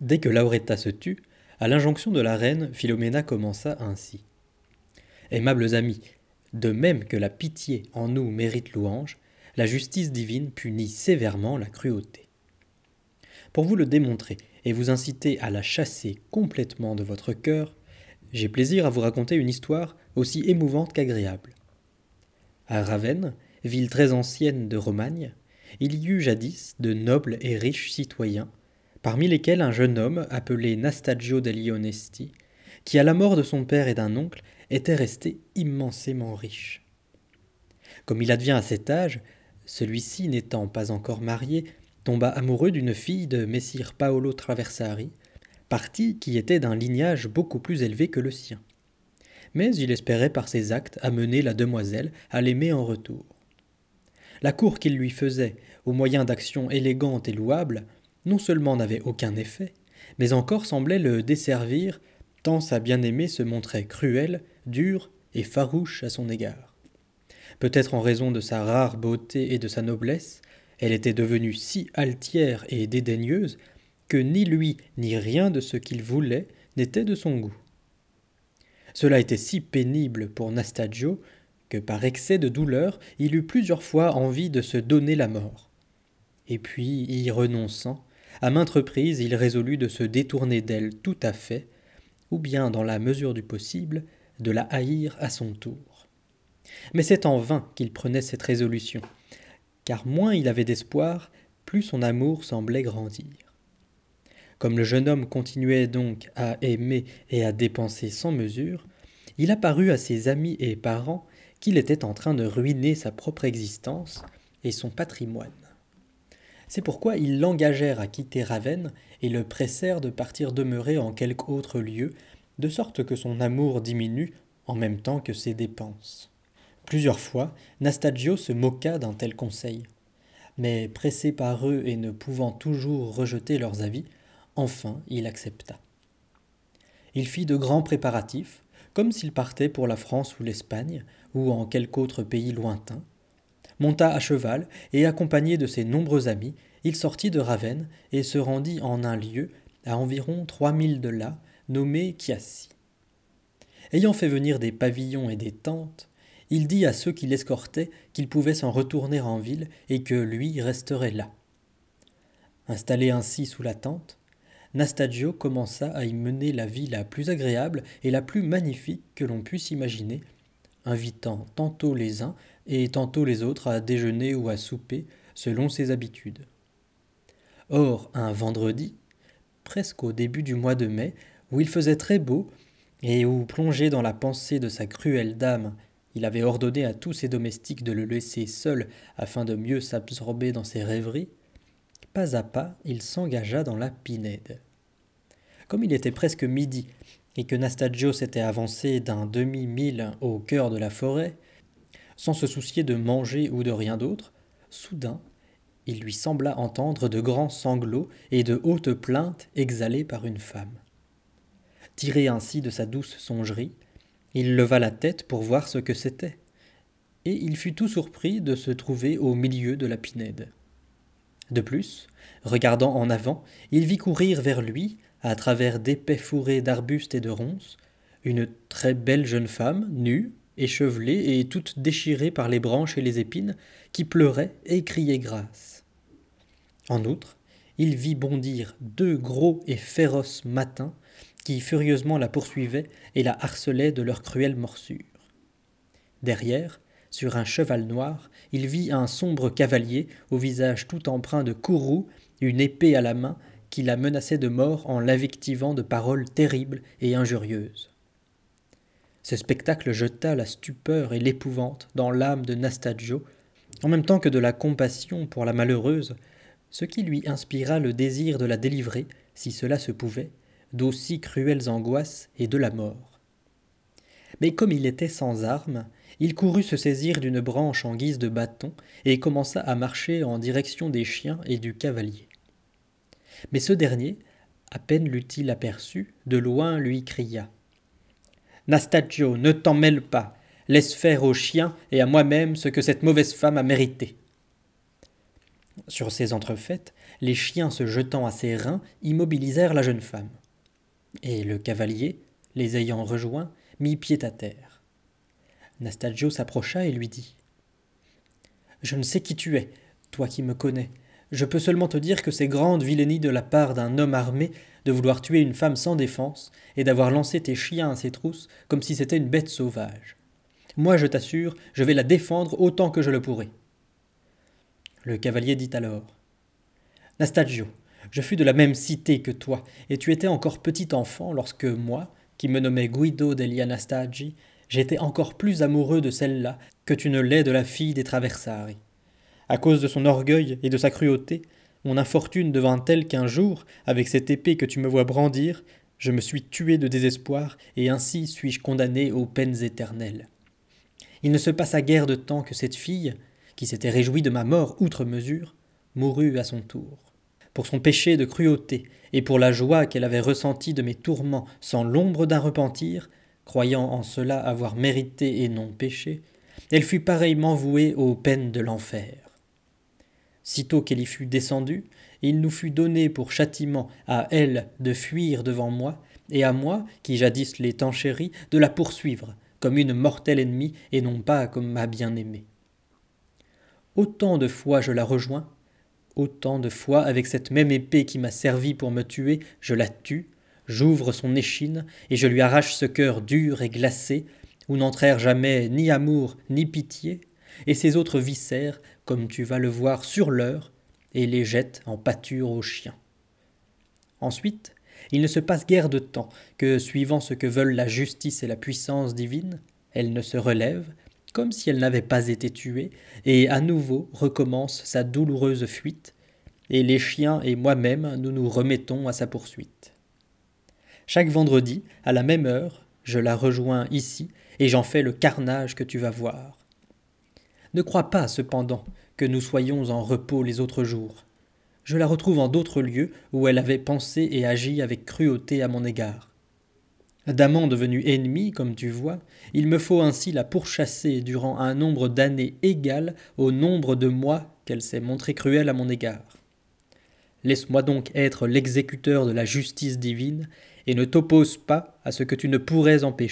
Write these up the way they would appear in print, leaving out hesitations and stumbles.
Dès que Lauretta se tut, à l'injonction de la reine, Philomela commença ainsi. Aimables amis, de même que la pitié en nous mérite louange, la justice divine punit sévèrement la cruauté. Pour vous le démontrer et vous inciter à la chasser complètement de votre cœur, j'ai plaisir à vous raconter une histoire aussi émouvante qu'agréable. À Ravenne, ville très ancienne de Romagne, il y eut jadis de nobles et riches citoyens, parmi lesquels un jeune homme appelé Nastagio degli Onesti, qui à la mort de son père et d'un oncle était resté immensément riche. Comme il advient à cet âge, celui-ci n'étant pas encore marié, tomba amoureux d'une fille de messire Paolo Traversari, parti qui était d'un lignage beaucoup plus élevé que le sien. Mais il espérait par ses actes amener la demoiselle à l'aimer en retour. La cour qu'il lui faisait, au moyen d'actions élégantes et louables, non seulement n'avait aucun effet, mais encore semblait le desservir, tant sa bien-aimée se montrait cruelle, dure et farouche à son égard. Peut-être en raison de sa rare beauté et de sa noblesse, elle était devenue si altière et dédaigneuse que ni lui ni rien de ce qu'il voulait n'était de son goût. Cela était si pénible pour Nastagio que par excès de douleur, il eut plusieurs fois envie de se donner la mort. Et puis, y renonçant, à maintes reprises, il résolut de se détourner d'elle tout à fait, ou bien, dans la mesure du possible, de la haïr à son tour. Mais c'est en vain qu'il prenait cette résolution, car moins il avait d'espoir, plus son amour semblait grandir. Comme le jeune homme continuait donc à aimer et à dépenser sans mesure, il apparut à ses amis et parents qu'il était en train de ruiner sa propre existence et son patrimoine. C'est pourquoi ils l'engagèrent à quitter Ravenne et le pressèrent de partir demeurer en quelque autre lieu, de sorte que son amour diminue en même temps que ses dépenses. Plusieurs fois, Nastagio se moqua d'un tel conseil. Mais pressé par eux et ne pouvant toujours rejeter leurs avis, enfin il accepta. Il fit de grands préparatifs, comme s'il partait pour la France ou l'Espagne, ou en quelque autre pays lointain, monta à cheval et, accompagné de ses nombreux amis, il sortit de Ravenne et se rendit en un lieu, à environ 3000 de là, nommé Chiassi. Ayant fait venir des pavillons et des tentes, il dit à ceux qui l'escortaient qu'ils pouvaient s'en retourner en ville et que lui resterait là. Installé ainsi sous la tente, Nastagio commença à y mener la vie la plus agréable et la plus magnifique que l'on puisse imaginer, invitant tantôt les uns et tantôt les autres à déjeuner ou à souper selon ses habitudes. Or, un vendredi, presque au début du mois de mai, où il faisait très beau, et où, plongé dans la pensée de sa cruelle dame, il avait ordonné à tous ses domestiques de le laisser seul afin de mieux s'absorber dans ses rêveries, pas à pas il s'engagea dans la Pinède. Comme il était presque midi, et que Nastagio s'était avancé d'un demi-mille au cœur de la forêt, sans se soucier de manger ou de rien d'autre, soudain, il lui sembla entendre de grands sanglots et de hautes plaintes exhalées par une femme. Tiré ainsi de sa douce songerie, il leva la tête pour voir ce que c'était, et il fut tout surpris de se trouver au milieu de la Pinède. De plus, regardant en avant, il vit courir vers lui, à travers d'épais fourrés d'arbustes et de ronces, une très belle jeune femme, nue, échevelée et toute déchirée par les branches et les épines, qui pleurait et criait grâce. En outre, il vit bondir 2 gros et féroces mâtins qui furieusement la poursuivaient et la harcelaient de leurs cruelles morsures. Derrière, sur un cheval noir, il vit un sombre cavalier au visage tout empreint de courroux, une épée à la main, qui la menaçait de mort en l'invectivant de paroles terribles et injurieuses. Ce spectacle jeta la stupeur et l'épouvante dans l'âme de Nastagio, en même temps que de la compassion pour la malheureuse, ce qui lui inspira le désir de la délivrer, si cela se pouvait, d'aussi cruelles angoisses et de la mort. Mais comme il était sans armes, il courut se saisir d'une branche en guise de bâton et commença à marcher en direction des chiens et du cavalier. Mais ce dernier, à peine l'eut-il aperçu, de loin lui cria « Nastagio, ne t'en mêle pas, laisse faire aux chiens et à moi-même ce que cette mauvaise femme a mérité. » Sur ces entrefaites, les chiens se jetant à ses reins immobilisèrent la jeune femme. Et le cavalier, les ayant rejoints, mit pied à terre. Nastagio s'approcha et lui dit « Je ne sais qui tu es, toi qui me connais. Je peux seulement te dire que c'est grande vilainie de la part d'un homme armé de vouloir tuer une femme sans défense et d'avoir lancé tes chiens à ses trousses comme si c'était une bête sauvage. Moi, je t'assure, je vais la défendre autant que je le pourrai. » Le cavalier dit alors « Nastagio, je fus de la même cité que toi, et tu étais encore petit enfant lorsque moi, qui me nommais Guido degli Anastagi, j'étais encore plus amoureux de celle-là que tu ne l'es de la fille des Traversari. À cause de son orgueil et de sa cruauté, mon infortune devint telle qu'un jour, avec cette épée que tu me vois brandir, je me suis tué de désespoir, et ainsi suis-je condamné aux peines éternelles. Il ne se passa guère de temps que cette fille, qui s'était réjouie de ma mort outre mesure, mourut à son tour. Pour son péché de cruauté et pour la joie qu'elle avait ressentie de mes tourments sans l'ombre d'un repentir, croyant en cela avoir mérité et non péché, elle fut pareillement vouée aux peines de l'enfer. Sitôt qu'elle y fut descendue, il nous fut donné pour châtiment à elle de fuir devant moi, et à moi, qui jadis l'ai enchérie, de la poursuivre, comme une mortelle ennemie et non pas comme ma bien-aimée. Autant de fois je la rejoins, autant de fois, avec cette même épée qui m'a servi pour me tuer, je la tue, j'ouvre son échine, et je lui arrache ce cœur dur et glacé, où n'entrèrent jamais ni amour ni pitié, et ses autres viscères, comme tu vas le voir sur l'heure, et les jette en pâture aux chiens. Ensuite, il ne se passe guère de temps que, suivant ce que veulent la justice et la puissance divine, elle ne se relève, comme si elle n'avait pas été tuée, et à nouveau recommence sa douloureuse fuite, et les chiens et moi-même nous nous remettons à sa poursuite. Chaque vendredi, à la même heure, je la rejoins ici, et j'en fais le carnage que tu vas voir. Ne crois pas, cependant, que nous soyons en repos les autres jours. Je la retrouve en d'autres lieux où elle avait pensé et agi avec cruauté à mon égard. D'amant devenu ennemi, comme tu vois, il me faut ainsi la pourchasser durant un nombre d'années égal au nombre de mois qu'elle s'est montrée cruelle à mon égard. Laisse-moi donc être l'exécuteur de la justice divine, et ne t'oppose pas à ce que tu ne pourrais empêcher. »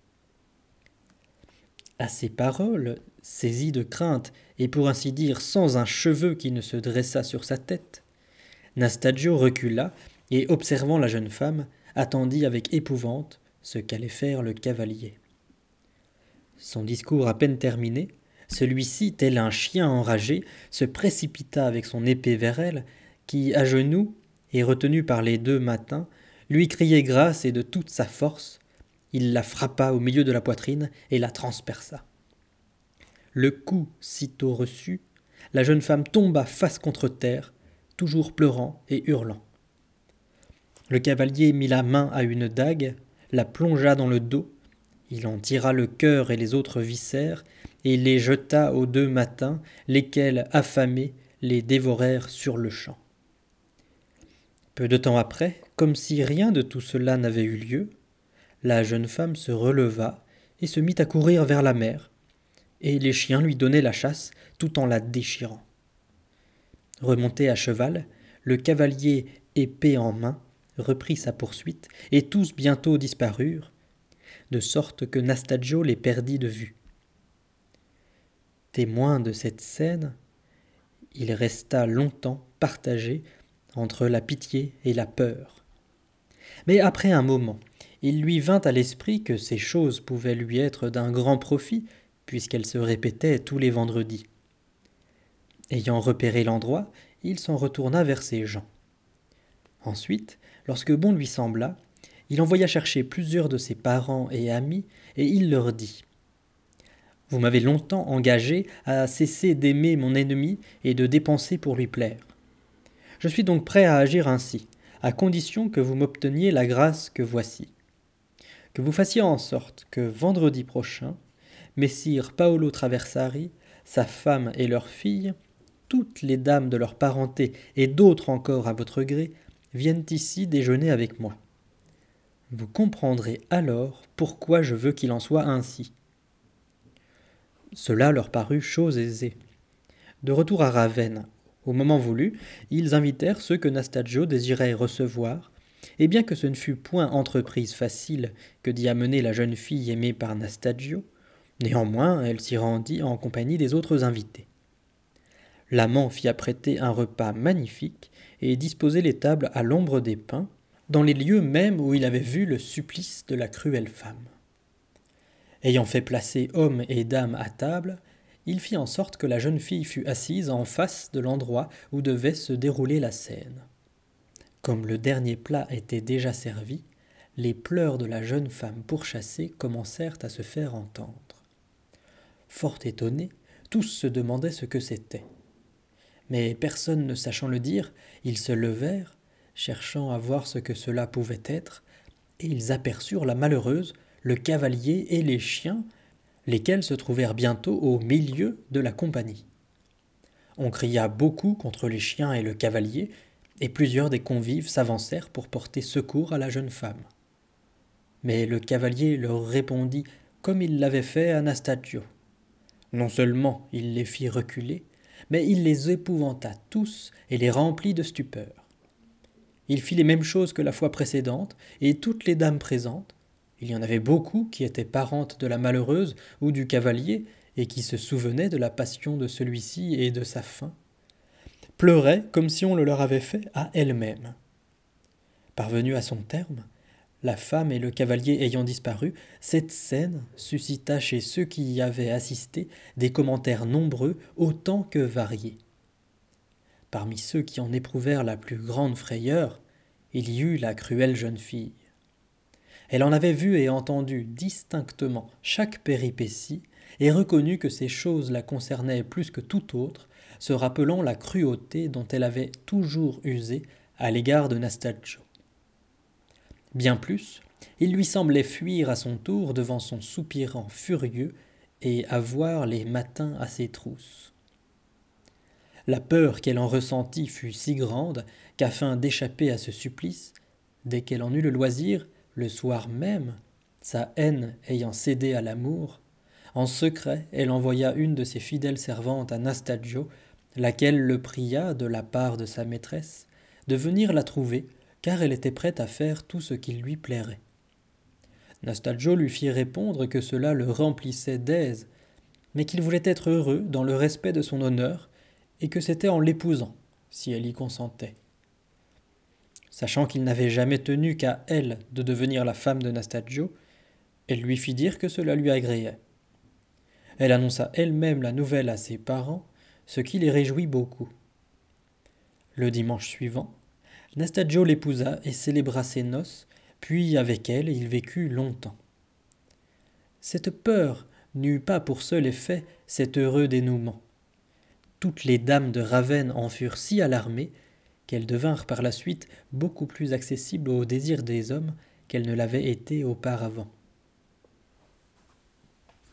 À ces paroles, saisi de crainte, et pour ainsi dire sans un cheveu qui ne se dressa sur sa tête, Nastagio recula, et observant la jeune femme, attendit avec épouvante ce qu'allait faire le cavalier. Son discours à peine terminé, celui-ci, tel un chien enragé, se précipita avec son épée vers elle, qui, à genoux, et retenu par les deux matins, lui criait grâce et de toute sa force, il la frappa au milieu de la poitrine et la transperça. Le coup sitôt reçu, la jeune femme tomba face contre terre, toujours pleurant et hurlant. Le cavalier mit la main à une dague, la plongea dans le dos, il en tira le cœur et les autres viscères, et les jeta aux deux matins, lesquels, affamés, les dévorèrent sur-le-champ. Peu de temps après, comme si rien de tout cela n'avait eu lieu, la jeune femme se releva et se mit à courir vers la mer, et les chiens lui donnaient la chasse tout en la déchirant. Remonté à cheval, le cavalier, épée en main, reprit sa poursuite, et tous bientôt disparurent, de sorte que Nastagio les perdit de vue. Témoin de cette scène, il resta longtemps partagé entre la pitié et la peur. Mais après un moment, il lui vint à l'esprit que ces choses pouvaient lui être d'un grand profit, puisqu'elles se répétaient tous les vendredis. Ayant repéré l'endroit, il s'en retourna vers ses gens. Ensuite, lorsque bon lui sembla, il envoya chercher plusieurs de ses parents et amis, et il leur dit « Vous m'avez longtemps engagé à cesser d'aimer mon ennemi et de dépenser pour lui plaire. Je suis donc prêt à agir ainsi, à condition que vous m'obteniez la grâce que voici. Que vous fassiez en sorte que vendredi prochain, messire Paolo Traversari, sa femme et leur fille, toutes les dames de leur parenté et d'autres encore à votre gré, viennent ici déjeuner avec moi. Vous comprendrez alors pourquoi je veux qu'il en soit ainsi. » Cela leur parut chose aisée. De retour à Ravenne, Au moment voulu, ils invitèrent ceux que Nastagio désirait recevoir, et bien que ce ne fût point entreprise facile que d'y amener la jeune fille aimée par Nastagio, néanmoins elle s'y rendit en compagnie des autres invités. L'amant fit apprêter un repas magnifique et disposer les tables à l'ombre des pins, dans les lieux mêmes où il avait vu le supplice de la cruelle femme. Ayant fait placer hommes et dames à table, il fit en sorte que la jeune fille fût assise en face de l'endroit où devait se dérouler la scène. Comme le dernier plat était déjà servi, les pleurs de la jeune femme pourchassée commencèrent à se faire entendre. Fort étonnés, tous se demandaient ce que c'était. Mais personne ne sachant le dire, ils se levèrent, cherchant à voir ce que cela pouvait être, et ils aperçurent la malheureuse, le cavalier et les chiens, lesquels se trouvèrent bientôt au milieu de la compagnie. On cria beaucoup contre les chiens et le cavalier, et plusieurs des convives s'avancèrent pour porter secours à la jeune femme. Mais le cavalier leur répondit comme il l'avait fait à Nastagio. Non seulement il les fit reculer, mais il les épouvanta tous et les remplit de stupeur. Il fit les mêmes choses que la fois précédente, et toutes les dames présentes, il y en avait beaucoup qui étaient parentes de la malheureuse ou du cavalier, et qui se souvenaient de la passion de celui-ci et de sa fin, pleuraient comme si on le leur avait fait à elles-mêmes. Parvenue à son terme, la femme et le cavalier ayant disparu, cette scène suscita chez ceux qui y avaient assisté des commentaires nombreux autant que variés. Parmi ceux qui en éprouvèrent la plus grande frayeur, il y eut la cruelle jeune fille. Elle en avait vu et entendu distinctement chaque péripétie et reconnut que ces choses la concernaient plus que tout autre, se rappelant la cruauté dont elle avait toujours usé à l'égard de Nastagio. Bien plus, il lui semblait fuir à son tour devant son soupirant furieux et avoir les matins à ses trousses. La peur qu'elle en ressentit fut si grande qu'afin d'échapper à ce supplice, dès qu'elle en eut le loisir, le soir même, sa haine ayant cédé à l'amour, en secret elle envoya une de ses fidèles servantes à Nastagio, laquelle le pria, de la part de sa maîtresse, de venir la trouver, car elle était prête à faire tout ce qu'il lui plairait. Nastagio lui fit répondre que cela le remplissait d'aise, mais qu'il voulait être heureux dans le respect de son honneur, et que c'était en l'épousant, si elle y consentait. Sachant qu'il n'avait jamais tenu qu'à elle de devenir la femme de Nastagio, elle lui fit dire que cela lui agréait. Elle annonça elle-même la nouvelle à ses parents, ce qui les réjouit beaucoup. Le dimanche suivant, Nastagio l'épousa et célébra ses noces, puis avec elle il vécut longtemps. Cette peur n'eut pas pour seul effet cet heureux dénouement. Toutes les dames de Ravenne en furent si alarmées qu'elles devinrent par la suite beaucoup plus accessibles aux désirs des hommes qu'elles ne l'avaient été auparavant.